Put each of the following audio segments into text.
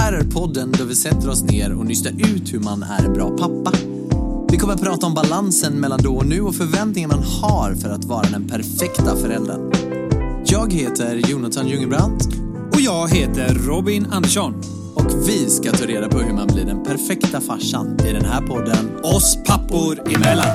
här är podden där vi sätter oss ner och nystar ut hur man är en bra pappa. Vi kommer att prata om balansen mellan då och nu och förväntningar man har för att vara den perfekta föräldern. Jag heter Jonathan Jungebrandt. Och jag heter Robin Andersson. Och vi ska ta reda på hur man blir den perfekta farsan i den här podden Oss pappor emellan.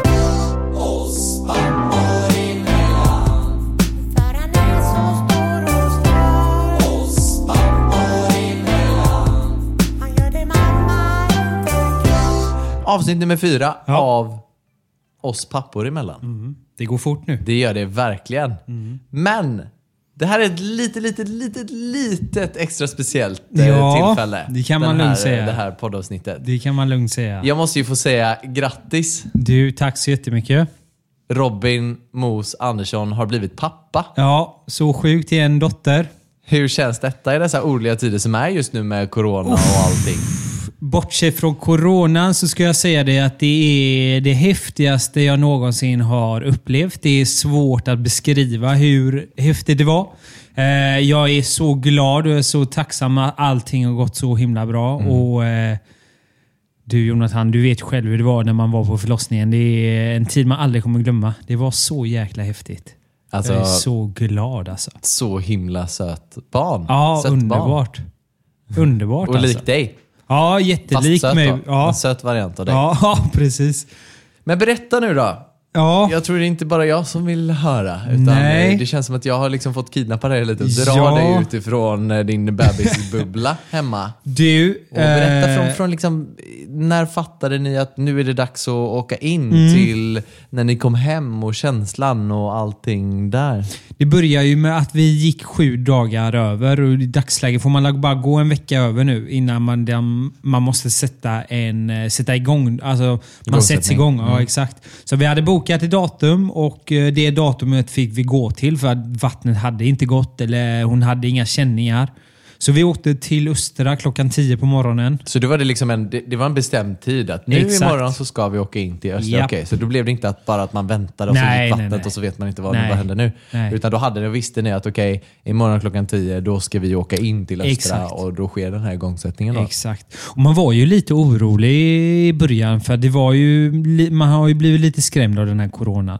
Oss pappor emellan. För han är så stor och stark. Oss pappor emellan. Han gör det mamma inte kan. Avsnitt nummer 4 av Oss pappor emellan. Det går fort nu. Det gör det verkligen. Men det här är ett litet extra speciellt tillfälle. Det kan man lugnt säga. Det här poddavsnittet. Det kan man lugnt säga. Jag måste ju få säga grattis. Du, tack så jättemycket. Robin Mos Andersson har blivit pappa. Ja, så sjukt i en dotter. Hur känns detta i dessa oroliga tider som är just nu med corona och allting? Bortsett från coronan så ska jag säga det att det är det häftigaste jag någonsin har upplevt. Det är svårt att beskriva hur häftigt det var. Jag är så glad och är så tacksam att allting har gått så himla bra. Och du Jonathan, du vet själv hur det var när man var på förlossningen. Det är en tid man aldrig kommer glömma. Det var så jäkla häftigt. Alltså, jag är så glad alltså. Så himla söt barn. Ja, Sött underbart. Barn. Underbart och alltså. lik dig. Ja, jättelik Fast söt mig. då. Ja. En söt variant av dig. Ja, precis. Men berätta nu då. Ja. Jag tror det är inte bara jag som vill höra. Utan Nej. det känns som att jag har liksom fått kidnappa dig lite och dra Ja. dig utifrån din bebisbubbla hemma. Du, Och berätta från liksom, när fattade ni att nu är det dags att åka in till när ni kom hem och känslan och allting där? det börjar ju med att vi gick 7 dagar över och i dagsläget får man bara gå en vecka över nu innan man måste sätta igång. Alltså man sätts igång, ja exakt. Så vi hade bokat ett datum och det datumet fick vi gå till för att vattnet hade inte gått eller hon hade inga känningar. Så vi åkte till Östra klockan 10 på morgonen. Så det var det liksom det var en bestämd tid att nu imorgon så ska vi åka in till Östra. Japp. Okej, så då blev det inte att man väntade och så gick vattnet nej. och så vet man inte vad Nej. händer nu. Nej. Utan då visste ni att okej, imorgon klockan 10 då ska vi åka in till Östra. Exakt. Och då sker den här igångsättningen då. Exakt. Och man var ju lite orolig i början för det var ju man har ju blivit lite skrämd av den här coronan.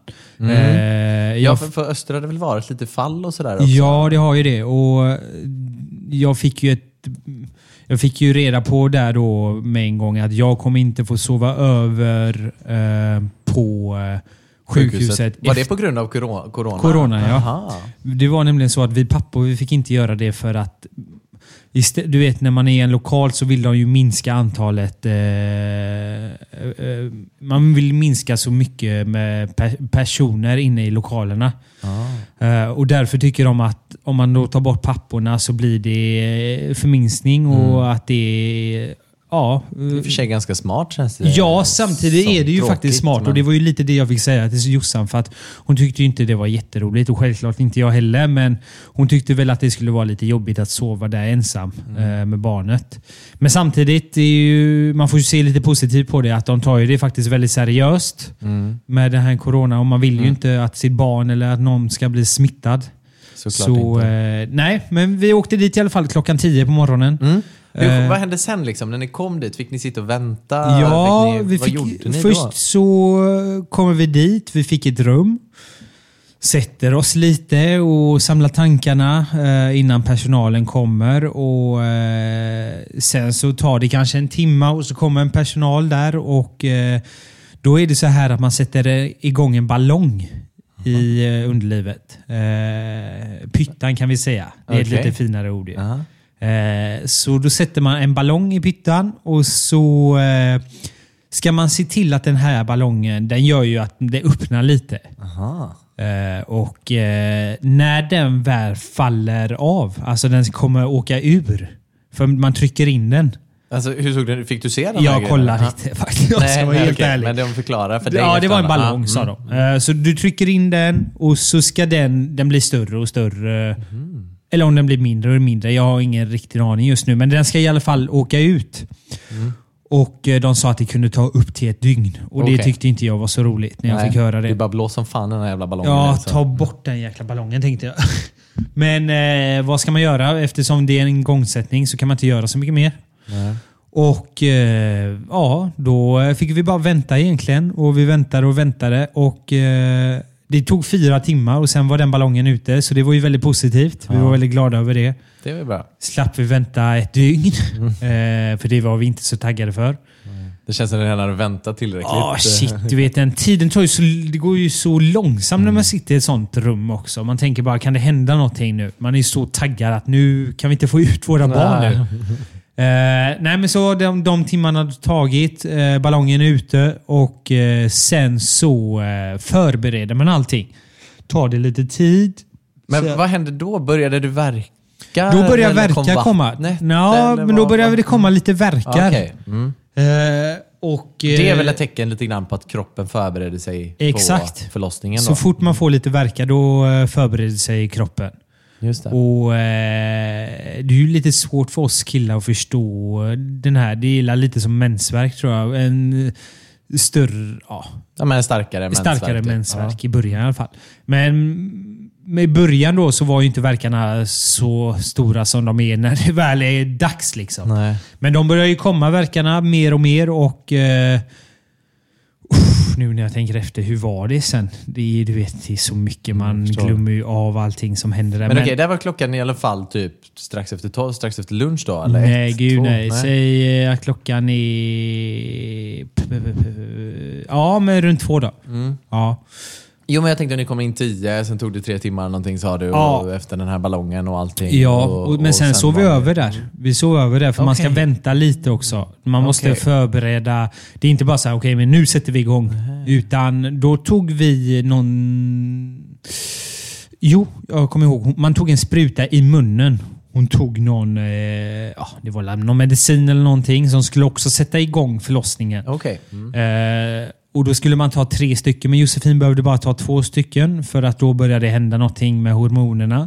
Ja, för Östra hade väl varit lite fall och sådär också. Ja, det har ju det. Och jag fick ju reda på där då med en gång att jag kommer inte få sova över på sjukhuset. Var det på grund av corona? Corona, ja. Aha. Det var nämligen så att vi pappor vi fick inte göra det för att du vet när man är i en lokal så vill de ju minska antalet man vill minska så mycket med personer inne i lokalerna. Och därför tycker de att om man då tar bort papporna så blir det förminskning och att det ja. Det är för sig ganska smart känns det. Ja, samtidigt är det ju tråkigt, faktiskt smart. men... Och det var ju lite det jag fick säga till Jossan. För att hon tyckte ju inte det var jätteroligt. Och självklart inte jag heller. Men hon tyckte väl att det skulle vara lite jobbigt att sova där ensam med barnet. Men samtidigt, man får ju se lite positivt på det. Att de tar ju det faktiskt väldigt seriöst med den här corona. Och man vill ju inte att sitt barn eller att någon ska bli smittad. Såklart Så inte. nej, men vi åkte dit i alla fall klockan 10 på morgonen. Vad hände sen liksom? När ni kom dit, fick ni sitta och vänta? Ja, vad gjorde ni först då? så kommer vi dit. Vi fick ett rum. Sätter oss lite och samlar tankarna innan personalen kommer. Och sen så tar det kanske en timme och så kommer en personal där. Och då är det så här att man sätter igång en ballong i underlivet. Pyttan kan vi säga. Det är ett lite finare ord. Så då sätter man en ballong i pyttan och så ska man se till att den här ballongen, den gör ju att det öppnar lite. Och när den väl faller av, alltså den kommer åka ur, för man trycker in den. Alltså, hur såg det? Fick du se den? Jag kollade inte faktiskt. Jag ska vara helt ärlig. Men de förklarar för dig. Ja, det var en ballong sa de. Så du trycker in den och så ska den bli större och större. Eller om den blir mindre och mindre. Jag har ingen riktig aning just nu. Men den ska i alla fall åka ut. Och de sa att det kunde ta upp till 1 dygn. Och det tyckte inte jag var så roligt när jag fick höra det. Det är bara blås som fan den här jävla ballongen. Ja, ta bort den jäkla ballongen tänkte jag. Men vad ska man göra? Eftersom det är en igångsättning så kan man inte göra så mycket mer. Nej. Och då fick vi bara vänta egentligen. Och vi väntade och väntade. Och det tog 4 timmar och sen var den ballongen ute. Så det var ju väldigt positivt. Vi var väldigt glada över det. Det var bra. Slapp vi vänta 1 dygn. För det var vi inte så taggade för. Det känns som att den hade väntat tillräckligt. Shit, du vet, den tiden tar ju det går ju så långsamt när man sitter i ett sånt rum också. Man tänker bara, kan det hända någonting nu? Man är ju så taggad att nu kan vi inte få ut våra barn nu. Nej, men så de timmarna har tagit. Ballongen är ute och sen så förbereder man allting. Tar det lite tid. Men vad hände då? Började du verka? Då började verka komma. Ja, men då började det komma lite verkar. Okay. Och, det är väl ett tecken lite grann på att kroppen förbereder sig exakt. På förlossningen. Så fort man får lite verkar då förbereder sig kroppen. Just det. Och det är ju lite svårt för oss killar att förstå den här. Det är lite som mensvärk tror jag. En större... Ja, men starkare mensvärk i början i alla fall. Men med början då så var ju inte verkarna så stora som de är när det väl är dags liksom. Nej. Men de börjar ju komma verkarna mer och mer och nu när jag tänker efter, hur var det sen? Det är så mycket, man glömmer ju av allting som händer där. Men okej, där var klockan i alla fall typ strax efter 12, strax efter lunch då? Eller nej, gud nej. Säg att klockan är... Ja, men runt 2 då. Ja. Jo, men jag tänkte att ni kom in 10, sen tog det 3 timmar någonting sa du, och efter den här ballongen och allting. Ja, men sen sov vi över där. Vi sov över där för man ska vänta lite också. Man måste förbereda. Det är inte bara så här, okej, men nu sätter vi igång. Utan då tog vi någon... Jo, jag kommer ihåg. Man tog en spruta i munnen. Hon tog någon, det var någon medicin eller någonting som skulle också sätta igång förlossningen. Okej. Och då skulle man ta 3 stycken, men Josefin behövde bara ta 2 stycken för att då började det hända någonting med hormonerna.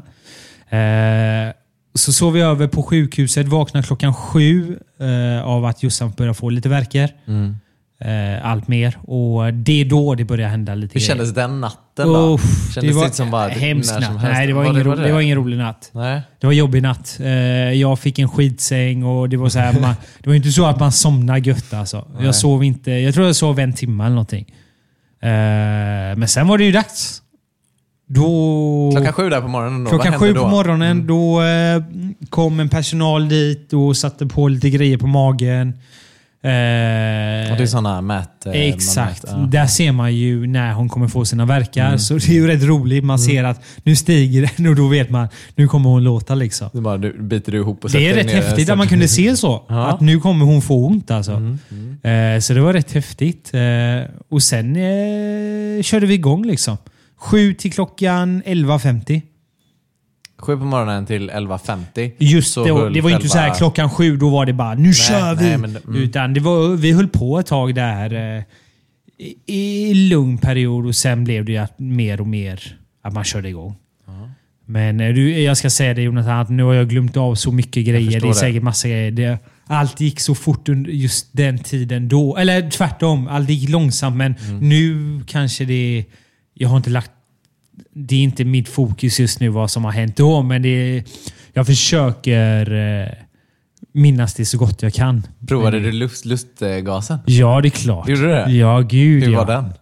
Så sov vi över på sjukhuset, vaknade klockan 7 av att Jossan började få lite värkar. Allt mer. Och det är då det började hända lite. Hur kändes den natten då? Det var som bara hemskt natt. Nej, det var ingen rolig natt. Nej. Det var en jobbig natt. Jag fick en skitsäng och det var så här, det var inte så att man somnade gött alltså. Jag sov inte. Jag tror jag sov 1 timme eller någonting. Men sen var det ju dags. Då... Klockan 7 där på morgonen då? Klockan 7 på morgonen då kom en personal dit och satte på lite grejer på magen. Och det är sådana mät... Exakt. Där ser man ju när hon kommer få sina verkar. Så det är ju rätt roligt. Man ser att nu stiger den och då vet man nu kommer hon låta liksom. Det bara biter du ihop och det är rätt häftigt att man kunde se så. Att nu kommer hon få ont alltså. Så det var rätt häftigt. Och sen körde vi igång liksom. 7 till klockan 11.50. 7 på morgonen till 11.50. Just det, det var ju inte så här klockan 7, då var det bara nu kör vi. Utan det var, vi höll på ett tag där i lugn period och sen blev det mer och mer att man körde igång. Men jag ska säga det Jonathan, att nu har jag glömt av så mycket grejer. Det är säkert massa grejer. Allt gick så fort under just den tiden då. Eller tvärtom, allt gick långsamt. Men nu kanske jag har inte lagt... Det är inte mitt fokus just nu vad som har hänt då. Men jag försöker minnas det så gott jag kan. Provade du lustgasen? Ja, det är klart. Gjorde du det? Ja, gud. Hur var den?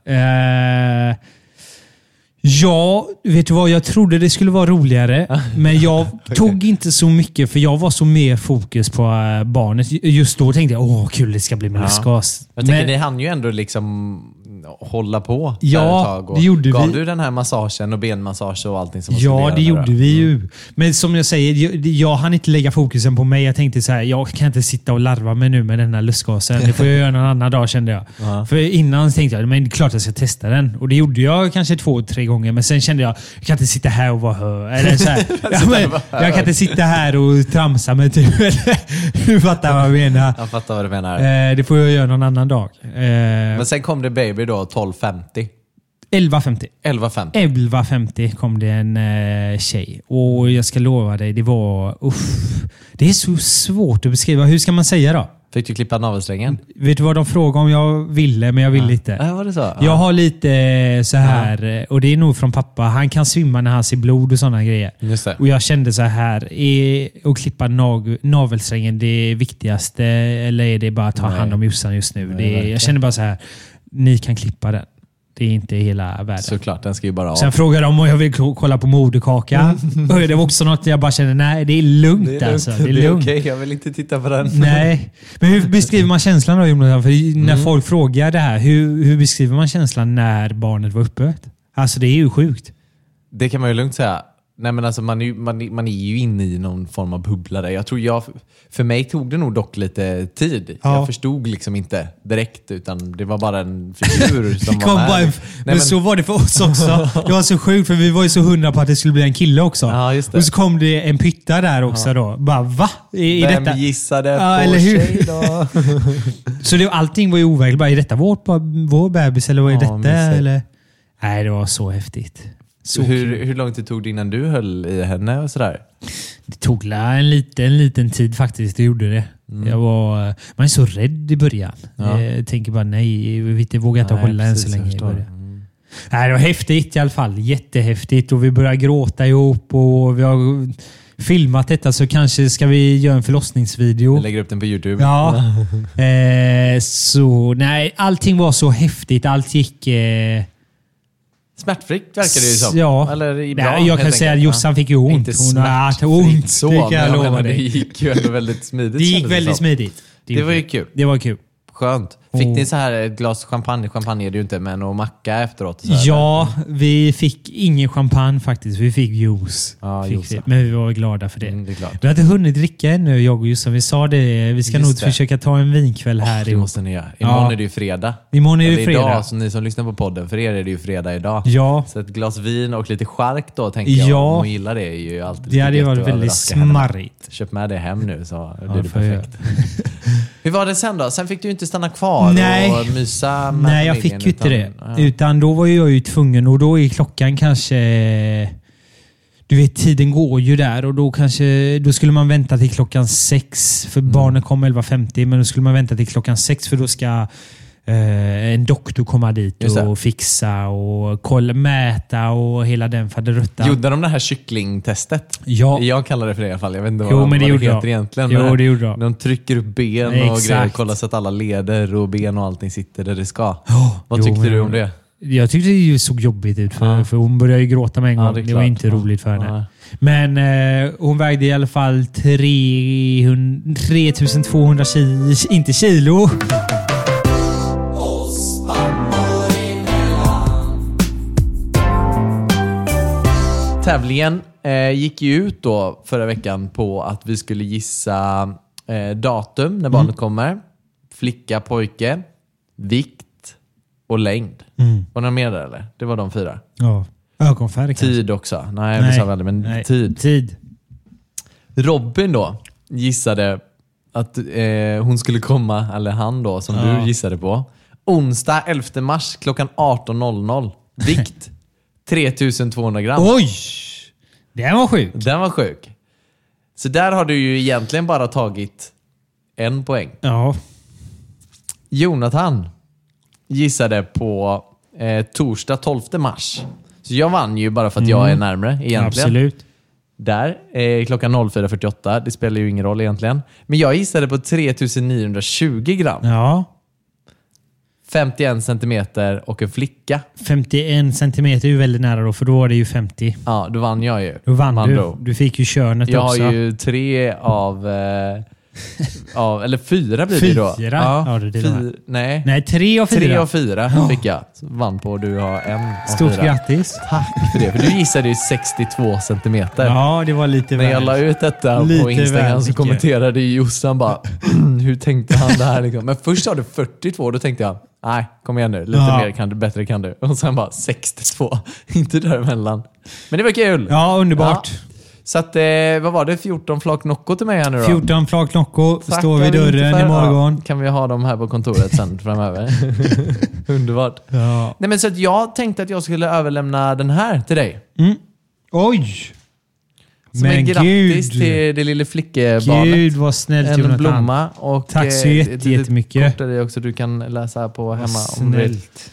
Ja, vet du vad? Jag trodde det skulle vara roligare. Men jag tog inte så mycket för jag var så mer fokus på barnet. Just då tänkte jag, kul det ska bli med lustgas. Jag tänker, ni hann ju ändå liksom hålla på ett tag. Det gjorde gav du den här massagen och benmassage och allting som det gjorde vi ju. Men som jag säger, jag hann inte lägga fokusen på mig. Jag tänkte så här, jag kan inte sitta och larva mig nu med den här lustgasen. Det får jag göra någon annan dag kände jag. För innan tänkte jag, men det är klart jag ska testa den. Och det gjorde jag kanske 2-3 gånger. Men sen kände jag kan inte sitta här och vara eller så här. Jag kan inte sitta här och tramsa mig typ. Du fattar vad jag menar. Jag fattar vad du menar. Det får jag göra någon annan dag. Men sen kom det baby då 12.50. 11.50 kom det en tjej. Och jag ska lova dig, det var... det är så svårt att beskriva. Hur ska man säga då? Fick du klippa navelsträngen? Vet du vad de frågade om jag ville, men jag ville inte. Ja, var det så? Jag har lite så här, och det är nog från pappa. Han kan svimma när han ser blod och sådana grejer. Just det. Och jag kände så här, är att klippa navelsträngen det viktigaste, eller är det bara att ta hand om Jossan just nu? Jag kände bara så här, ni kan klippa den. Det är inte hela världen. Såklart, den ska ju bara av. Sen frågade de om jag vill kolla på moderkaka. Det var också något jag bara kände, nej, det är lugnt. Det är lugnt. Okej, jag vill inte titta på den. Nej. Men hur beskriver man känslan då, Jonathan? För när folk frågar det här, hur beskriver man känslan när barnet var uppe? Alltså det är ju sjukt. Det kan man ju lugnt säga. Nej, men alltså man är ju inne i någon form av bubbla där. Jag tror för mig tog det nog dock lite tid. Ja. Jag förstod liksom inte direkt, utan det var bara en figur som var med. Men så var det för oss också. Det var så sjukt, för vi var ju så 100 på att det skulle bli en kille också. Ja, just det. Och så kom det en pytta där också då. Bara, va? Vem detta? gissade på eller hur? sig då? Så allting var ju overkligt. Bara, är detta vår bebis eller vad är detta? Mysigt. Eller? Nej, det var så häftigt. Så Hur långt det tog det innan du höll i henne och sådär? Det tog en liten tid faktiskt, det gjorde det. Man är så rädd i början. Ja. Jag tänker bara nej, vi vågar inte hålla än så länge i början. Nej, det var häftigt i alla fall. Jättehäftigt. Och vi började gråta ihop och vi har filmat detta, så kanske ska vi göra en förlossningsvideo. Jag lägger upp den på YouTube. Ja. Så nej, allting var så häftigt. Allt gick... Smärtfritt verkar det ju som. Ja. Eller bra, jag kan säga att Jossan fick ju ont. Inte Hon hade ont. så, det kan jag men lova det dig. gick ju ändå väldigt smidigt. Det gick väldigt smidigt. Det var ju kul. Det var kul. Skönt. Fick ni så här ett glas champagne? Champagne är det ju inte, men och macka efteråt. Så här. Ja, vi fick ingen champagne faktiskt. Vi fick juice. Ja, Men vi var glada för det. Det är klart. Vi hade inte hunnit dricka ännu, jag och Jossan. Vi sa det. Vi ska nog försöka ta en vinkväll här. Det måste ni göra. Imorgon är det ju fredag. Imorgon är det fredag. Idag, så ni som lyssnar på podden, för er är det ju fredag idag. Ja. Så ett glas vin och lite chark då, tänker jag. Om hon gillar det är ju alltid det hade gött varit att väldigt överraska henne. smarrigt. Köp med det hem nu så blir det får jag perfekt. Hur var det sen då? Sen fick du inte stanna kvar och mysa med Nej, jag familjen, fick ju inte det. Ja. Utan då var jag ju tvungen, och då är klockan kanske... Du vet, tiden går ju där, och då skulle man vänta till klockan 6. För barnen kom 11.50, men då skulle man vänta till klockan 6, för då ska en doktor komma dit och fixa och kolla, mäta och hela den faderuttan. Gjorde de det här kycklingtestet? Ja. Jag kallar det för det i alla fall. Jag vet inte Jo, vad men det det gjorde heter jag. egentligen. Jo, det gjorde jag. De trycker upp ben och Exakt. grejer. Kollar så att alla leder och ben och allting sitter där det ska. Vad Jo, tyckte men- du om det? Jag tyckte det ju såg jobbigt ut för hon började ju gråta med en gång. det är Det var klart. inte roligt för henne. Ja. Men hon vägde i alla fall 3200 kilo. Inte kilo. Tävlingen gick ju ut då förra veckan på att vi skulle gissa datum när barnet kommer. Flicka, pojke, vikt och längd. Var det mer där eller? Det var de 4. Ja. Ögonfärg kanske. Tid också. Nej, det sa vi aldrig, men Nej. tid. Robin då gissade att hon skulle komma, eller han då, som du gissade på. Onsdag 11 mars klockan 18.00. Vikt 3200 gram. Oj! Den var sjuk. Den var sjuk. Så där har du ju egentligen bara tagit 1 poäng. Ja. Jonathan gissade på torsdag 12 mars. Så jag vann ju bara för att jag är närmare egentligen. Absolut. Där, klockan 04.48. Det spelar ju ingen roll egentligen. Men jag gissade på 3920 gram. Ja. 51 centimeter och en flicka. 51 centimeter är ju väldigt nära då, för då var det ju 50. Ja, då vann jag ju. Då vann du. Då. Du fick ju könet Jag också. har ju 3 av... eller 4 blir det då. 4? Ja, det är det de nej. Nej, 3 av 4. 3 av 4 fick jag. Så vann på, du har 1 av 4. Stort grattis. Tack för det. För du gissade ju 62 centimeter. Ja, det var lite När jag la ut detta Lite på Instagram väl så mycket. kommenterade Jossan bara hur tänkte han det här liksom? Men först sa du 42, då tänkte jag nej, kom igen nu, lite mer kan du, bättre kan du. Och sen bara 62, inte däremellan. Men det var kul. Ja, underbart. Ja. Så att, vad var det? 14 flak Nocco till mig här nu då? 14 flak Nocco Tackar står vid vi inte dörren för. imorgon. Ja, kan vi ha dem här på kontoret sen framöver? Underbart. Ja. Nej, men så att jag tänkte att jag skulle överlämna den här till dig. Oj! Som är grattis till det lilla flickebarnet. Gud vad snällt, en Jonathan. blomma. Och Tack så jättemycket. Kort där också du kan läsa på hemma. Snällt.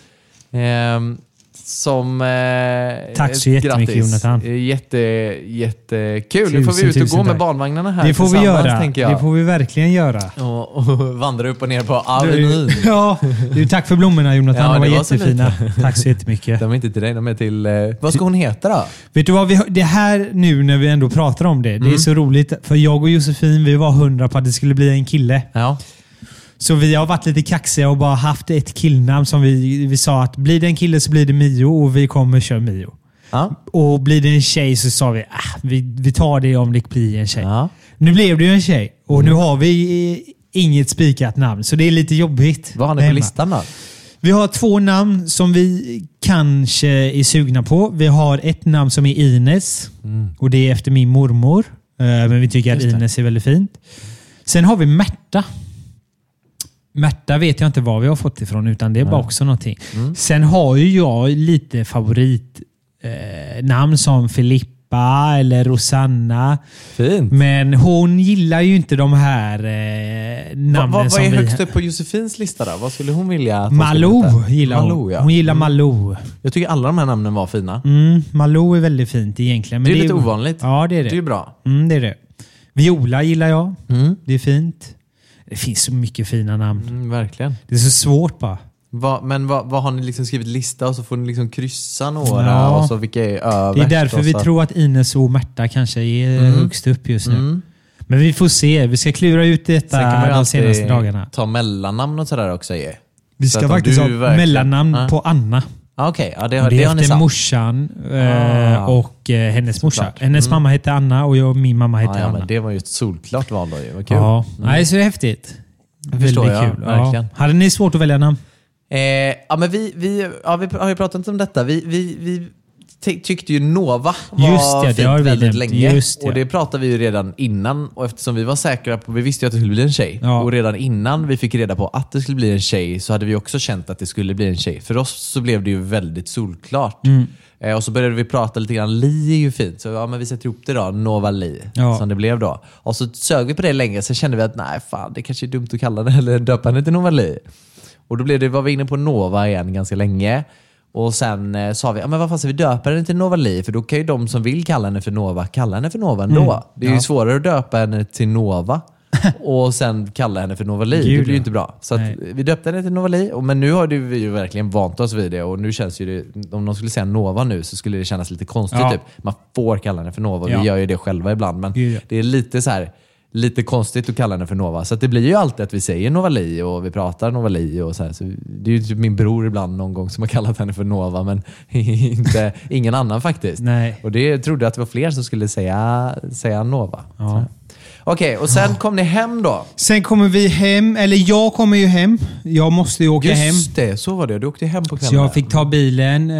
Tack så jättemycket, Jonathan. Jättekul. Nu får vi ut och gå med barnvagnarna här. Det får vi göra. Tänker jag. Det får vi verkligen göra. Och vandra upp och ner på Avenyn. Ja, tack för blommorna, Jonathan. Ja, de var det var så jättefina. Tack så jättemycket. De är inte till dig, de är till... vad ska hon heta då? Vet du vad, det här nu när vi ändå pratar om det. Det är så roligt. För jag och Josefin, vi var 100 på att det skulle bli en kille. Ja. Så vi har varit lite kaxiga och bara haft ett killnamn som vi sa att blir det en kille så blir det Mio och vi kommer köra Mio. Ja. Och blir det en tjej så sa vi tar det om det blir en tjej. Ja. Nu blev det ju en tjej och nu har vi inget spikat namn så det är lite jobbigt. Vad har ni på listan då? Vi har 2 namn som vi kanske är sugna på. Vi har ett namn som är Ines och det är efter min mormor. Men vi tycker att Ines är väldigt fint. Sen har vi Märta. Märta vet jag inte var vi har fått ifrån utan det är bara också någonting. Sen har ju jag lite favorit namn som Filippa eller Rosanna. Fint. Men hon gillar ju inte de här namnen vad som är vi... högst upp på Josefins lista då? Vad skulle hon vilja att Malou gillar hon. Malou, ja. Hon gillar Malou. Jag tycker alla de här namnen var fina. Malou är väldigt fint egentligen. Men det är lite ovanligt. Ja, det är det. Det är ju bra. Det är det. Viola gillar jag. Det är fint. Det finns så mycket fina namn. Verkligen. Det är så svårt bara. Men vad har ni liksom skrivit lista och så får ni liksom kryssa några och så vilka är överst? Det är därför vi tror att Ines och Märta kanske är högst upp just nu. Men vi får se. Vi ska klura ut detta de senaste dagarna. Ta mellannamn och sådär också. Vi ska faktiskt ha mellannamn på Anna. Okej, ja, det är efter morsan och hennes morsa. Hennes mamma heter Anna och min mamma heter Anna. Men det var ju ett solklart val då. Vad kul. Ja, nej, så är det häftigt. Väldigt kul. Verkligen. Hade ni svårt att välja namn? Men vi har ju pratat om detta. Vi tyckte ju Nova var fint väldigt länge. Och det pratade vi ju redan innan. Och eftersom vi var säkra på, vi visste ju att det skulle bli en tjej. Ja. Och redan innan vi fick reda på att det skulle bli en tjej så hade vi också känt att det skulle bli en tjej. För oss så blev det ju väldigt solklart. Och så började vi prata lite grann. Li är ju fint. Så men vi sätter ihop det då. Nova Li. Som det blev då. Och så sög vi på det länge. Så kände vi att nej fan, det kanske är dumt att kalla det eller döpa henne till Nova Li. Och då var vi inne på Nova igen ganska länge. Och sen sa vi, men vad fan ska vi döpa henne till Nova Li? För då kan ju de som vill kalla henne för Nova kalla henne för Nova ändå. Det är ju svårare att döpa henne till Nova och sen kalla henne för Nova Li. Det blir ju inte bra. Så att vi döpte henne till Nova Li. Men nu har vi ju verkligen vant oss vid det. Och nu känns ju det, om de skulle säga Nova nu så skulle det kännas lite konstigt. Typ. Man får kalla henne för Nova. Vi gör ju det själva ibland. Men det är lite så här... Lite konstigt att kalla henne för Nova. Så att det blir ju alltid att vi säger Nova Li och vi pratar Nova Li och så här. Så det är ju typ min bror ibland någon gång som har kallat henne för Nova, men ingen annan faktiskt. Nej. Och det trodde jag att det var fler som skulle säga Nova. Ja. Okej, och sen kom ni hem då? Sen kommer vi hem, eller jag kommer ju hem. Jag måste ju åka hem. Just det, så var det. Du åkte hem på kvällen. Så jag fick ta bilen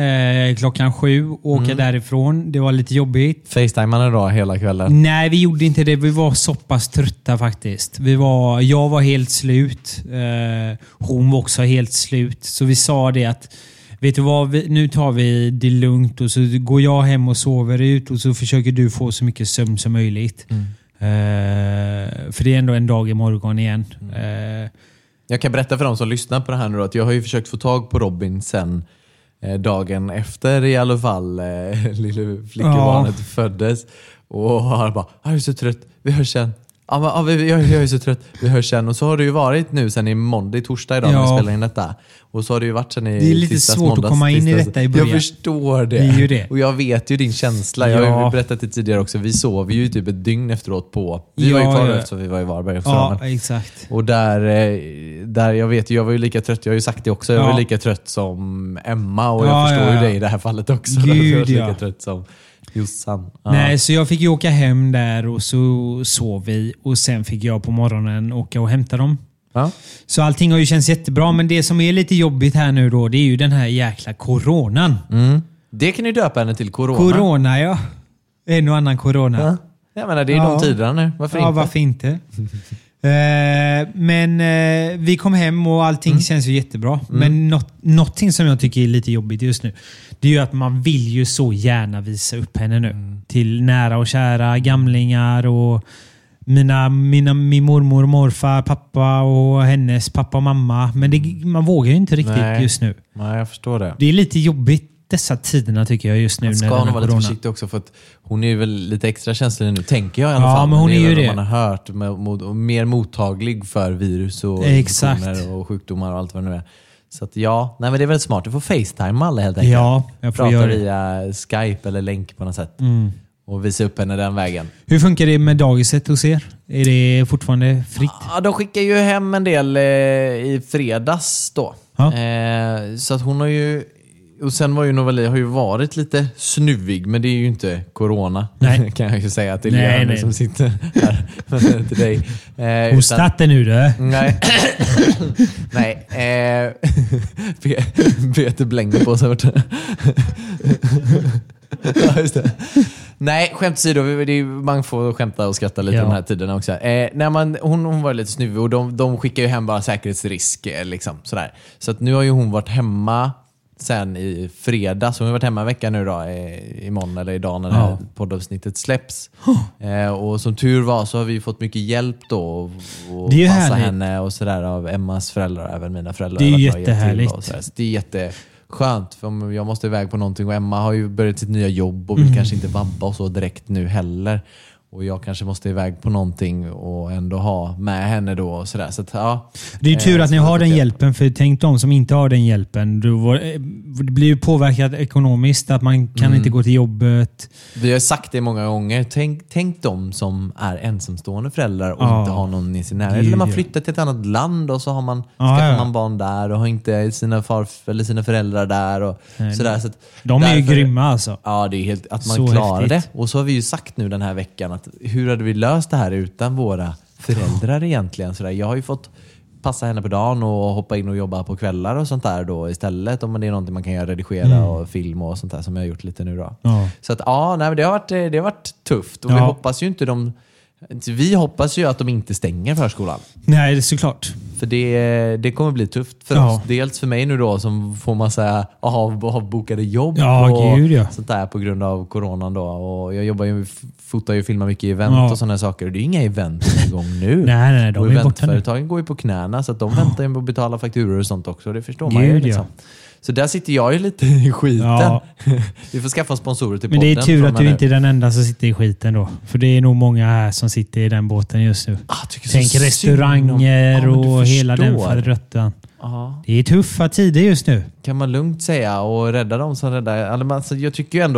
7:00 och åka därifrån. Det var lite jobbigt. FaceTimeade då hela kvällen? Nej, vi gjorde inte det. Vi var så pass trötta faktiskt. Jag var helt slut. Hon var också helt slut. Så vi sa det att vet du vad, nu tar vi det lugnt och så går jag hem och sover ut och så försöker du få så mycket sömn som möjligt. För det är ändå en dag imorgon igen. Jag kan berätta för dem som lyssnar på det här nu då, att jag har ju försökt få tag på Robin sen dagen efter i alla fall lilla flickebarnet föddes. Och har bara, jag är så trött, vi hörs sen. Jag är så trött, vi hörs sen. Och så har det ju varit nu sen i måndag, torsdag idag när vi spelar in detta. Och så har det ju varit sen i det är lite svårt att komma in i detta i början. Jag förstår det. Det är ju det. Och jag vet ju din känsla. Jag har ju berättat det tidigare också. Vi sov ju typ ett dygn efteråt på. Vi var ju kvar eftersom vi var i Varberg. Ja, exakt. Och där jag vet ju, jag var ju lika trött. Jag har ju sagt det också. Jag var lika trött som Emma. Och jag förstår ju det i det här fallet också. Gud, jag var lika trött som Jossan. Nej, så jag fick ju åka hem där och så sov vi. Och sen fick jag på morgonen åka och hämta dem. Ja. Så allting har ju känts jättebra. Men det som är lite jobbigt här nu då, det är ju den här jäkla coronan. Det kan ju döpa henne till corona. Corona, ja. En och annan corona. Ja. Jag menar, det är de tiderna nu. Varför inte? Men vi kom hem och allting känns ju jättebra. Men någonting som jag tycker är lite jobbigt just nu, det är ju att man vill ju så gärna visa upp henne nu. till nära och kära, gamlingar och min mormor och morfar, pappa och hennes pappa och mamma. Men man vågar ju inte riktigt just nu. Nej, jag förstår det. Det är lite jobbigt dessa tiderna tycker jag just nu. Man ska när nog vara lite försiktig också för att hon är väl lite extra känslig nu, tänker jag i alla Ja, fall. men hon är ju det. Man har hört och mer mottaglig för virus och infektioner och sjukdomar och allt vad det nu är. Så att men det är väldigt smart. Du får FaceTime alla helt enkelt. Ja, jag får prata göra det. via Skype eller länk på något sätt. Och visa upp henne den vägen. Hur funkar det med dagiset hos er? Är det fortfarande fritt? Ja, de skickar ju hem en del i fredags då. Ja. Så att hon har ju... Och sen var ju Novali har ju varit lite snuvig, men det är ju inte corona. Nej. Kan jag ju säga att det är Nej. Leanne som sitter här till dig. Hostat det nu du? Nej. Nej. Peter blänger på sig vart. Ja, just det. Nej, skämt åsido, man får skämta och skratta lite de här tiderna också. Hon var lite snuvig och de skickar ju hem bara säkerhetsrisk liksom, sådär. Så att nu har ju hon varit hemma sen i fredag, så hon har varit hemma en vecka nu då, imorgon eller idag när det här poddavsnittet släpps. Och som tur var så har vi fått mycket hjälp då och passa härligt. henne och sådär av Emmas föräldrar och även mina föräldrar. Det är har ju varit med och hjälpt till jättehärligt. och sådär. Så det är jätteskönt, för jag måste iväg på någonting och Emma har ju börjat sitt nya jobb och vill kanske inte vabba och så direkt nu heller. Och jag kanske måste iväg på någonting och ändå ha med henne då och sådär. Så att, det är ju tur att ni har den hjälpen, för tänk de som inte har den hjälpen. Det blir ju påverkat ekonomiskt, att man kan inte gå till jobbet. Vi har sagt det många gånger. Tänk de som är ensamstående föräldrar och inte har någon i sin närhet. Eller man flyttar till ett annat land och så har man, skaffar man barn där och har inte sina eller sina föräldrar där. Och sådär. Så att de är ju grymma alltså. Ja, det är helt att man Så klarar häftigt. det. Och så har vi ju sagt nu den här veckan att hur hade vi löst det här utan våra föräldrar egentligen? Sådär. Jag har ju fått passa henne på dagen och hoppa in och jobba på kvällar och sånt där då istället, om det är någonting man kan göra, redigera och film och sånt där som jag har gjort lite nu då. Ja. Så att det har varit tufft och vi hoppas ju inte vi hoppas ju att de inte stänger förskolan. Nej, det är såklart. För det kommer bli tufft för oss. Dels för mig nu då som får man säga avbokade jobb och sånt där på grund av coronan då. Och jag fotar ju och filmar mycket event och sådana saker. Och det är inga event igång nu. Nej, de och är borta nu. eventföretagen går ju på knäna så att de väntar ju på att betala fakturor och sånt också. Det förstår man ju liksom. Så där sitter jag ju lite i skiten. Ja. Vi får skaffa sponsorer till podden. Men det är tur att du inte är den enda som sitter i skiten då. För det är nog många här som sitter i den båten just nu. Tänk restauranger och hela den faderrötten. Det är tuffa tider just nu. Kan man lugnt säga, och rädda dem som räddar. Alltså, jag tycker ju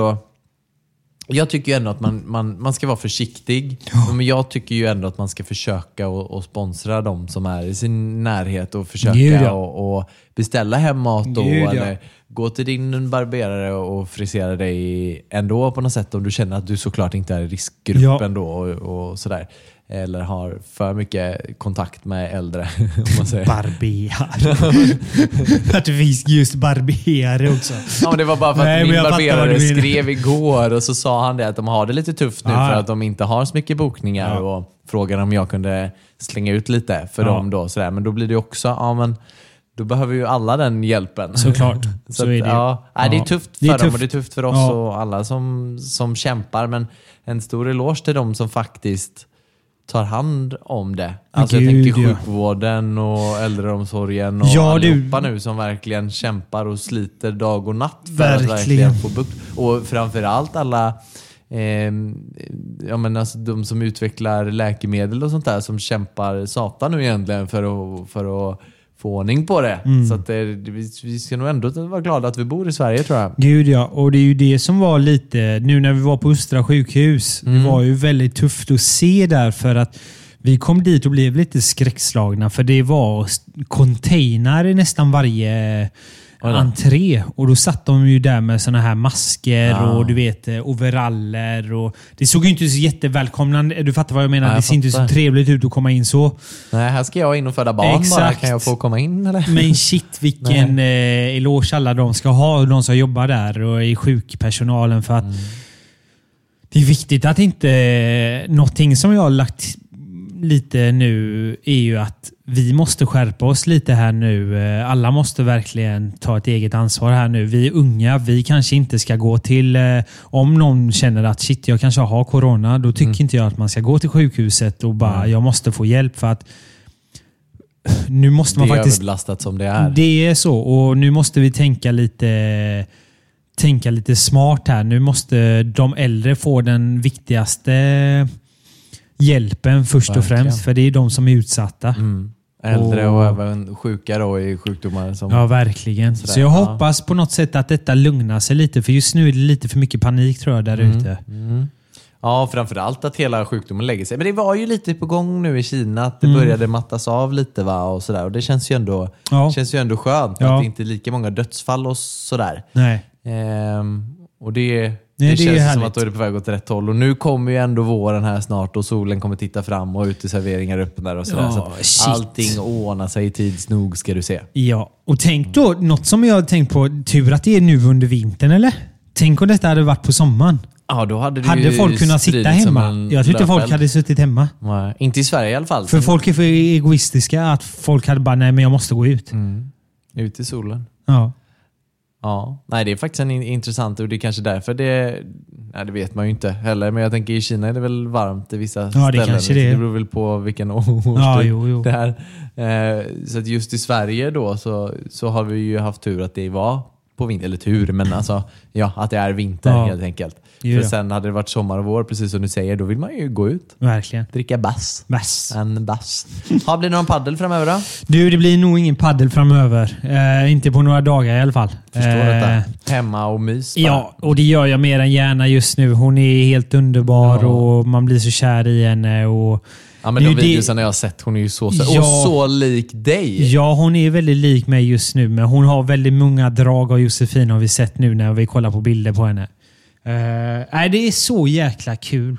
ändå att man ska vara försiktig. Men jag tycker ju ändå att man ska försöka och sponsra dem som är i sin närhet och försöka och beställa hem mat då, eller gå till din barberare och frisera dig ändå på något sätt om du känner att du såklart inte är i riskgruppen då och sådär. Eller har för mycket kontakt med äldre. Om man säger. Barberare. Att det finns just barberare också. Ja, men det var bara för att min barberare skrev igår och så sa han det att de har det lite tufft nu för att de inte har så mycket bokningar och frågade om jag kunde slänga ut lite för dem då. Sådär. Men då blir det också, men då behöver ju alla den hjälpen. Såklart. Så är det. Det är tufft för dem och det är tufft för oss och alla som kämpar. Men en stor eloge till dem som faktiskt tar hand om det. Alltså jag tänker sjukvården och äldreomsorgen och allihopa nu som verkligen kämpar och sliter dag och natt för att verkligen få bukt. Och framförallt alla alltså de som utvecklar läkemedel och sånt där som kämpar satan nu egentligen för att få ordning på det. Så att vi ska nog ändå vara glada att vi bor i Sverige, tror jag. Gud ja, och det är ju det som var lite, nu när vi var på Östra sjukhus, det var ju väldigt tufft att se där, för att vi kom dit och blev lite skräckslagna, för det var container i nästan varje entré, och då satt de ju där med såna här masker och du vet overaller, och det såg ju inte så jättevälkomnande, du fattar vad jag menar. Det ser inte så trevligt ut att komma in så. Nej, här ska jag in och föda barn. Exakt. Bara. Kan jag få komma in eller? Men shit, vilken eloge alla de ska ha, de som jobbar där och i sjukpersonalen, för att det är viktigt att inte någonting som jag har lagt lite nu är ju att vi måste skärpa oss lite här nu. Alla måste verkligen ta ett eget ansvar här nu. Vi är unga, vi kanske inte ska gå till... Om någon känner att shit, jag kanske har corona, då tycker inte jag att man ska gå till sjukhuset och bara, jag måste få hjälp för att nu måste man det är faktiskt... överbelastat som det är. Det är så, och nu måste vi tänka lite smart här. Nu måste de äldre få den viktigaste hjälpen först och främst, för det är de som är utsatta. Äldre och även sjuka då i sjukdomar. Som ja, verkligen. Så jag hoppas på något sätt att detta lugnar sig lite, för just nu är det lite för mycket panik tror jag där ute. Ja, framförallt att hela sjukdomen lägger sig. Men det var ju lite på gång nu i Kina att det började mattas av lite, va, och sådär. Och det känns ju ändå, skönt att det inte är lika många dödsfall och sådär. Nej. Och det det känns är som att då är det på väg åt rätt håll. Och nu kommer ju ändå våren här snart och solen kommer titta fram och uteserveringar öppnar och sådär. Så att allting ordnar sig i tids nog, ska du se. Ja, och tänk då, något som jag har tänkt på, tur att det är nu under vintern, eller? Tänk om detta hade varit på sommaren. Ja, då hade folk kunnat sitta hemma? Jag tror inte folk hade suttit hemma. Nej, inte i Sverige i alla fall. För folk är för egoistiska att folk hade bara, nej men jag måste gå ut. Ut i solen. Ja. Ja, nej, det är faktiskt en intressant, och det är kanske därför det vet man ju inte heller, men jag tänker i Kina är det väl varmt i vissa ställen. Det kanske det är. Det beror väl på vilken årstid det är. Så att just i Sverige då så har vi ju haft tur att det var på vinter, eller tur, men alltså att det är vinter helt enkelt. För sen hade det varit sommar och vår, precis som du säger, då vill man ju gå ut. Verkligen. Dricka bass. En bass. Blir det någon paddel framöver då? Du, det blir nog ingen paddel framöver. Inte på några dagar i alla fall. Förstår detta. Hemma och mys. Ja, och det gör jag mer än gärna just nu. Hon är helt underbar och man blir så kär i henne. Och ja, men de videorna jag har sett, hon är ju så och så lik dig. Ja, hon är väldigt lik mig just nu, men hon har väldigt många drag av Josefin, har vi sett nu när vi kollar på bilder på henne. Det är så jäkla kul.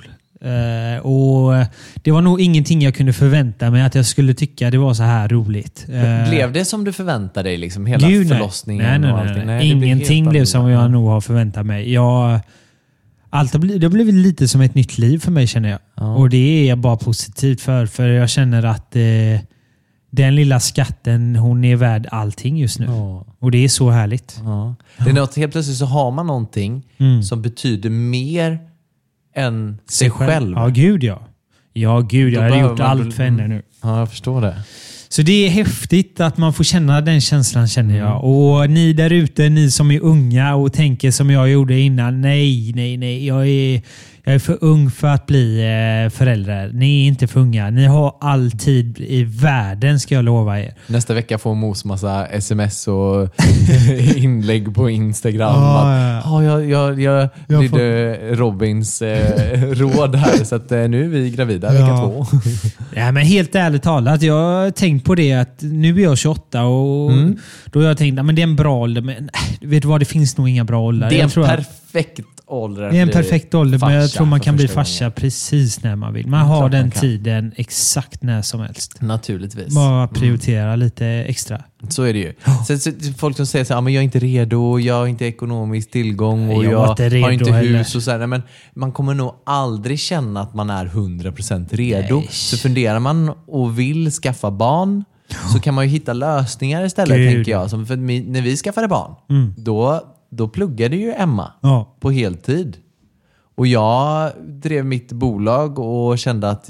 Och det var nog ingenting jag kunde förvänta mig att jag skulle tycka det var så här roligt. Blev det som du förväntade dig, liksom hela förlossningen? Nej. Ingenting blev som jag nog har förväntat mig. Allt det har blivit lite som ett nytt liv för mig, känner jag. Ja. Och det är jag bara positivt för jag känner att den lilla skatten, hon är värd allting just nu. Ja. Och det är så härligt. Ja. Det är något, helt plötsligt så har man någonting som betyder mer än sig själv. Ja, gud ja. Ja, gud, jag har gjort allt för henne nu. Ja, jag förstår det. Så det är häftigt att man får känna den känslan, känner jag. Och ni där ute, ni som är unga och tänker som jag gjorde innan. Nej. Jag är för ung för att bli förälder. Ni är inte för unga. Ni har all tid i världen, ska jag lova er. Nästa vecka får Mos massa sms och inlägg på Instagram. Jag lydde Robins råd här, så att nu är vi gravida vecka 2. Ja, men helt ärligt talat, jag har tänkt på det att nu är jag 28 och då har jag tänkt att det är en bra ålder, men vet du vad, det finns nog inga bra åldrar. Det är en perfekt ålder. Det är en perfekt ålder, men jag tror man kan bli farsa precis när man vill. Man har den tiden exakt när som helst. Naturligtvis. Bara prioritera lite extra. Så är det ju. Så folk som säger så här, men jag är inte redo, jag har inte ekonomisk tillgång och jag har inte hus och så här. Men man kommer nog aldrig känna att man är 100% redo. Nej. Så funderar man och vill skaffa barn, så kan man ju hitta lösningar istället, tänker jag. Som för när vi skaffade barn, då pluggade ju Emma på heltid. Och jag drev mitt bolag och kände att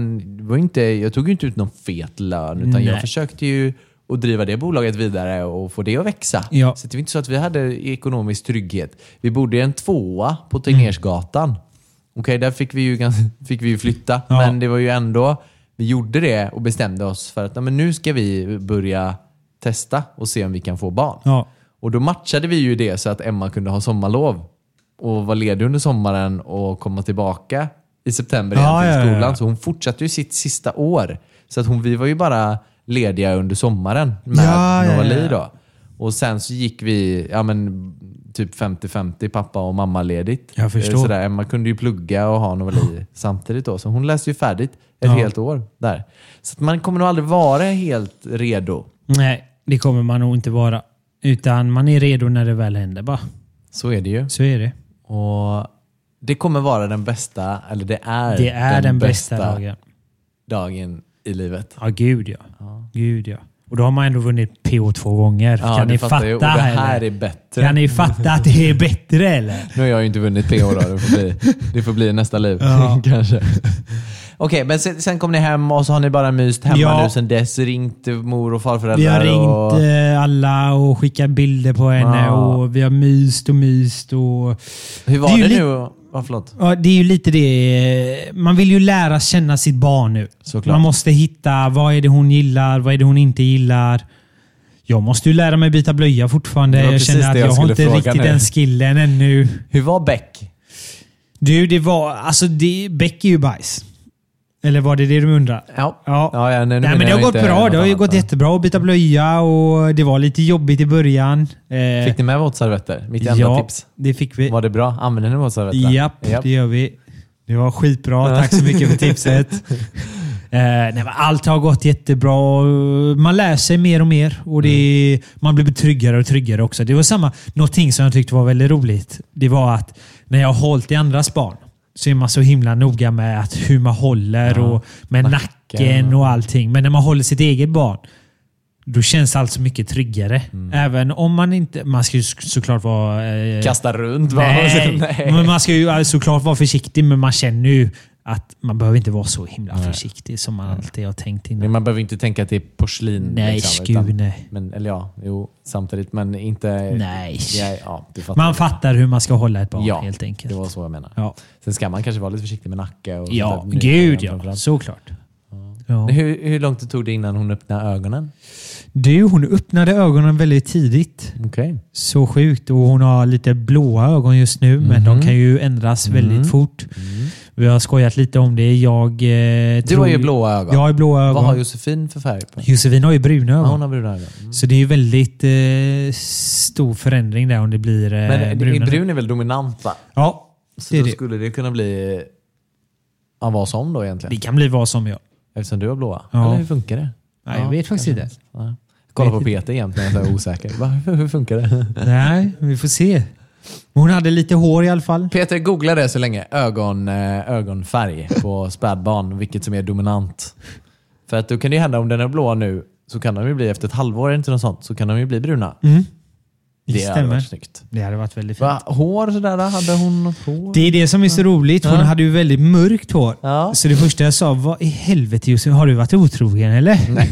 jag tog ju inte ut någon fet lön, utan jag försökte ju att driva det bolaget vidare och få det att växa. Ja. Så det var inte så att vi hade ekonomisk trygghet. Vi bodde i en 2:a på Tegnérsgatan. Okej, där fick vi ju flytta, men det var ju ändå, vi gjorde det och bestämde oss för att nu ska vi börja testa och se om vi kan få barn. Ja. Och då matchade vi ju det så att Emma kunde ha sommarlov och var ledig under sommaren och komma tillbaka i september igen till skolan. Så hon fortsatte ju sitt sista år. Så att vi var ju bara lediga under sommaren med Novali då. Och sen så gick vi typ 50-50 pappa och mamma ledigt. Jag förstår. Så där, Emma kunde ju plugga och ha Novali samtidigt då. Så hon läste ju färdigt ett helt år där. Så att man kommer nog aldrig vara helt redo. Nej, det kommer man nog inte vara. Utan man är redo när det väl händer bara. Så är det ju. Så är det. Och det kommer vara den bästa, eller det är den bästa dagen. dagen i livet. Ja, gud ja. Gud ja. Och då har man ändå vunnit PO 2 gånger. Ja, kan ni fattar fatta? ju. Och det här eller? är bättre. Kan ni fatta att det är bättre eller? Nu har jag ju inte vunnit PO då. Det får bli nästa liv. Ja. Kanske. Okej, men sen kom ni hem och så har ni bara myst hemma nu sen dess. Ringt mor och farföräldrar. Vi har ringt alla och skickat bilder på henne och vi har myst. Och hur var det nu? Förlåt. Ja, det är ju lite det. Man vill ju lära känna sitt barn nu. Såklart. Man måste hitta vad är det hon gillar, vad är det hon inte gillar. Jag måste ju lära mig byta blöja fortfarande. Jag känner att jag har inte riktigt den skillen ännu. Hur var Beck? Du, det var... Alltså, Beck är ju bajs. Eller var det du undrar? Ja. Nej, men det har gått bra. Det har ju gått jättebra att byta blöja och det var lite jobbigt i början. Fick ni med våtservetter? Mitt enda tips. Det fick vi. Var det bra? Använder ni våtservetter? Japp, det gör vi. Det var skitbra. Tack så mycket för tipset. Nej, allt har gått jättebra. Man lär sig mer och mer och man blir tryggare och tryggare också. Det var någonting som jag tyckte var väldigt roligt. Det var att när jag har hållit i andras barn så är man så himla noga med hur man håller och med nacken och allting. Men när man håller sitt eget barn, då känns allt så mycket tryggare. Även om man inte... Man ska ju såklart vara... Kasta runt. Nej. Men man ska ju såklart vara försiktig, men man känner ju att man behöver inte vara så himla försiktig som man alltid har tänkt innan. Men man behöver inte tänka att det är porslin. Nej, nej. Men, eller samtidigt, men inte... Nej. Du fattar. Man fattar hur man ska hålla ett barn, helt enkelt. Det var så jag menar. Ja. Sen ska man kanske vara lite försiktig med nacke. Och såklart. Ja. Hur långt det tog det innan hon öppnade ögonen? Hon öppnade ögonen väldigt tidigt. Okay. Så sjukt. Och hon har lite blåa ögon just nu, men de kan ju ändras väldigt fort. Vi har skojat lite om det. Du har ju blåa ögon. Jag har blåa ögon. Vad har Josefin för färg på? Josefin har ju bruna ögon. Hon har bruna ögon. Så det är ju väldigt stor förändring där om det blir men bruna. Brun är väl dominant, va? Ja. Så då skulle det kunna bli vad som då egentligen? Det kan bli vad som, Eftersom du har blåa. Ja. Eller hur funkar det? Nej, jag vet faktiskt inte. Ja. Kolla på Peter egentligen, jag är osäker. Hur funkar det? Nej, vi får se. Hon hade lite hår i alla fall. Peter, googla det så länge. Ögonfärg på spädbarn, vilket som är dominant. För att då kan det hända, om den är blå nu, så kan de ju bli efter ett halvår eller inte något sånt, så kan de ju bli bruna. Det hade varit snyggt. Det hade varit väldigt fint. Hår sådär, hade hon något hår? Det är det som är så roligt. Hon hade ju väldigt mörkt hår. Ja. Så det första jag sa, vad i helvete Josef, har du varit otrogen eller? Nej.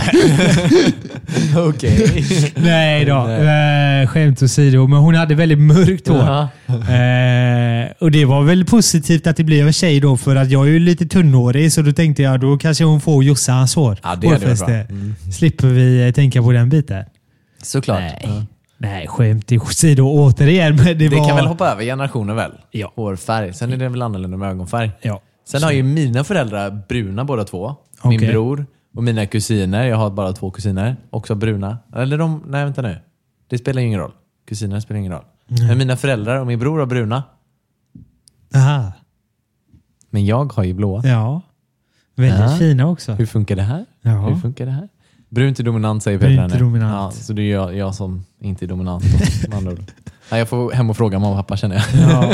Okej. Nej då. Skämt åsido. Men hon hade väldigt mörkt hår. Och det var väl positivt att det blev en tjej då, för att jag är ju lite tunnhårig, så då tänkte jag då kanske hon får Jossans hår. Ja, det är bra. Slipper vi tänka på den biten. Såklart. Nej. Nej, skämt åsido återigen. Men det kan väl hoppa över generationer väl? Ja. Hårfärg. Sen är det väl annorlunda med ögonfärg. Ja. Sen har ju mina föräldrar bruna båda två. Okay. Min bror och mina kusiner. Jag har bara 2 kusiner. Också bruna. Eller nej vänta nu. Det spelar ju ingen roll. Kusiner spelar ingen roll. Men mina föräldrar och min bror har bruna. Aha. Men jag har ju blåa. Ja. Väldigt fina också. Hur funkar det här? Ja. Hur funkar det här? Brunt är dominant, säger Peter. Brunt är dominant. Ja, så det är jag som inte är dominant. Nej, jag får hem och fråga mamma och pappa, känner jag. Ja.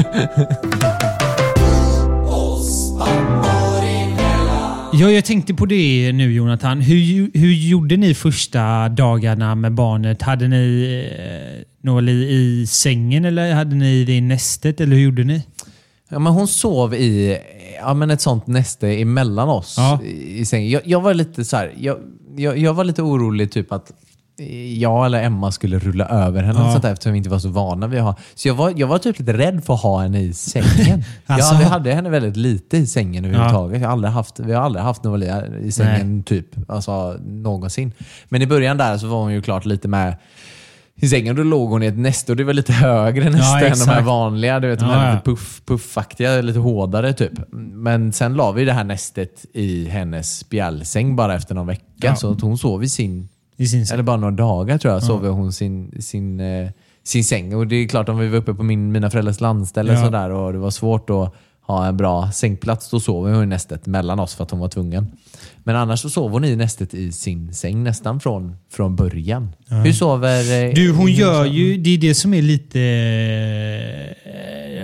Ja, jag tänkte på det nu, Jonathan. Hur gjorde ni första dagarna med barnet? Hade ni något i sängen eller hade ni det i nästet? Eller hur gjorde ni? Ja, men hon sov i ett sånt näste emellan oss i sängen. Jag var lite så här, jag var lite orolig typ att jag eller Emma skulle rulla över henne och sånt där, eftersom vi inte var så vana vid att ha. Så jag var typ lite rädd för att ha henne i sängen. Alltså. Jag hade henne väldigt lite i sängen överhuvudtaget. Vi har aldrig haft Novalia i sängen typ, alltså någonsin. Men i början där så var hon ju klart lite med i sängen, då låg hon i ett näste och det var lite högre näste än de här vanliga, du vet, de här lite puffaktiga, lite hårdare typ. Men sen la vi det här nästet i hennes spjälsäng bara efter någon vecka, så att hon sov i sin eller bara några dagar tror jag, sov hon sin säng. Och det är klart, om vi var uppe på mina föräldrars landställe så där, och det var svårt att ha en bra sängplats, då sov hon i nästet mellan oss för att hon var tvungen. Men annars så sov hon i nästet i sin säng nästan från början. Hur sover... Hon gör ju... Det är det som är lite...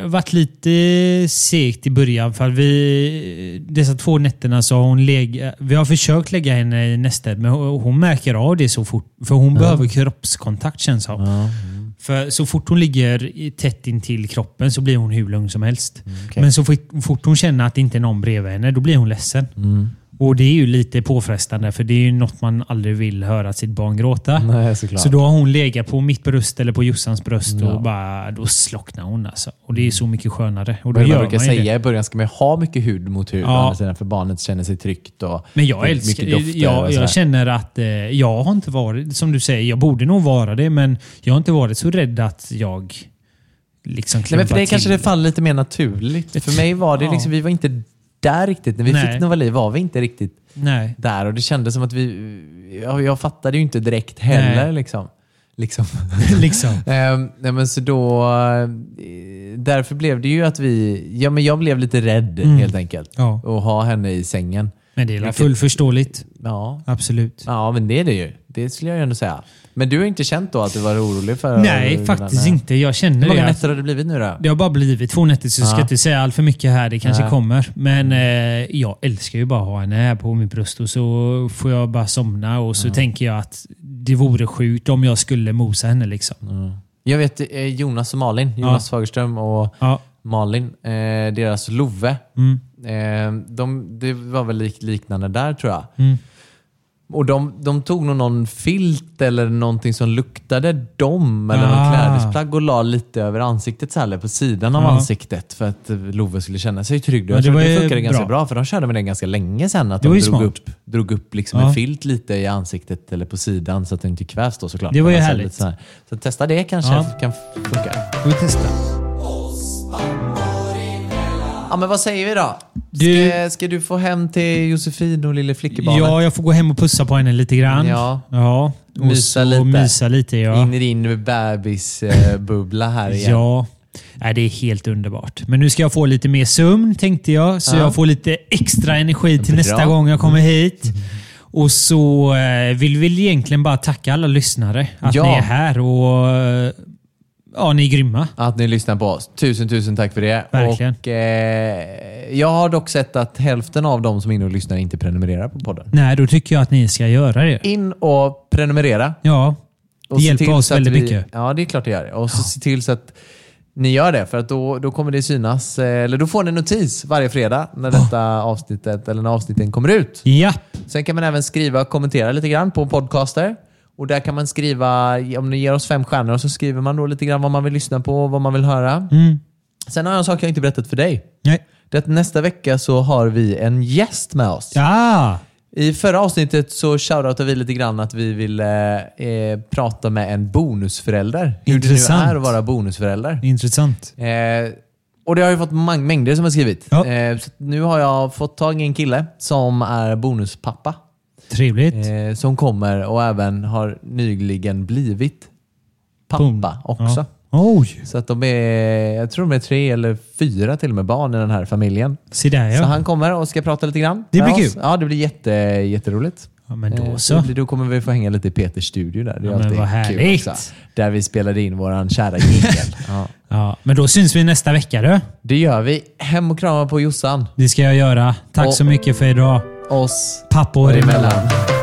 varit lite segt i början för dessa 2 nätterna så har vi har försökt lägga henne i nästet, men hon märker av det så fort. För hon behöver kroppskontakt, känns det. För så fort hon ligger tätt intill kroppen så blir hon hur lugn som helst. Okay. Men så fort hon känner att det inte är någon bredvid henne, då blir hon ledsen. Och det är ju lite påfrestande, för det är ju något man aldrig vill höra sitt barn gråta. Nej, såklart. Så då har hon legat på mitt bröst eller på Jossans bröst och då slocknar hon alltså. Och det är så mycket skönare. Och då man gör brukar man säga i början ska man ha mycket hud mot hud för barnet känner sig tryggt och men jag älskar jag känner att jag har inte varit, som du säger, jag borde nog vara det, men jag har inte varit så rädd att jag liksom nej, men för dig kanske det faller lite mer naturligt. För mig var det liksom, vi var inte där riktigt. När vi fick Novali var vi inte riktigt där. Och det kändes som att jag fattade ju inte direkt heller. Liksom. Nej, men så då därför blev det ju att jag blev lite rädd helt enkelt. Och ha henne i sängen. Men det är fullt förståeligt. Ja. Absolut. Ja, men det är det ju. Det skulle jag ju ändå säga. Men du har inte känt då att du var orolig för... Nej, faktiskt inte. Jag känner det. Hur många nätter har det blivit nu då? Det har bara blivit 2 nätter, så jag ska inte säga allt för mycket här. Det kanske kommer. Men jag älskar ju bara att ha henne här på min bröst och så får jag bara somna och så tänker jag att det vore sjukt om jag skulle mosa henne liksom. Jag vet Jonas och Malin. Jonas Fagerström och Malin. Deras Love. Det var väl liknande där tror jag. Och de tog nog någon filt eller någonting som luktade dem eller någon klädesplagg och la lite över ansiktet så här, på sidan av ansiktet för att Love skulle känna sig trygg. Jag tror det funkade ganska bra för de körde med det ganska länge sedan att de drog upp liksom en filt lite i ansiktet eller på sidan så att det inte kvävs då såklart. Det var ju härligt. Så testa det kanske kan funka. Vi testar. Ja, men vad säger vi då? Ska du få hem till Josefin och lille flickebarnet? Ja, jag får gå hem och pussa på henne lite grann. Ja. Och mysa lite. In i din bebisbubbla här igen. Ja. Nej, det är helt underbart. Men nu ska jag få lite mer sömn, tänkte jag. Så jag får lite extra energi till nästa gång jag kommer hit. Och så vill vi egentligen bara tacka alla lyssnare att ni är här och... Ja, ni är grymma. Att ni lyssnar på oss. Tusen tack för det. Verkligen. Och jag har dock sett att hälften av de som är inne och lyssnar inte prenumererar på podden. Nej, då tycker jag att ni ska göra det. In och prenumerera. Ja, det hjälper oss väldigt mycket. Ja, det är klart det gör. Och så se till så att ni gör det. För att då kommer det synas. Eller då får ni notis varje fredag när detta avsnittet eller när avsnitten kommer ut. Ja. Sen kan man även skriva och kommentera lite grann på podcaster. Och där kan man skriva, om ni ger oss 5 stjärnor, så skriver man då lite grann vad man vill lyssna på och vad man vill höra. Sen har jag en sak jag inte berättat för dig. Nej. Det att nästa vecka så har vi en gäst med oss. Ja. I förra avsnittet så shoutoutade vi lite grann att vi ville prata med en bonusförälder. Intressant. Hur det nu är att vara bonusförälder. Intressant. Och det har ju fått mängder som har skrivit. Ja. Så nu har jag fått tag i en kille som är bonuspappa. Trevligt. Som kommer och även har nyligen blivit pappa också. Oj. Så att jag tror de är 3 eller 4 till och med barn i den här familjen. Se där, ja. Så han kommer och ska prata lite grann. Det blir kul. Ja, det blir jätteroligt. Ja, men då så. Då kommer vi få hänga lite i Peters studio där. Det är Ja, men vad härligt. kul också. Där vi spelade in våran kära jingle. Ja, men då syns vi nästa vecka då. Det gör vi. Hem och krama på Jossan. Det ska jag göra. Tack så mycket för idag. Oss pappor emellan.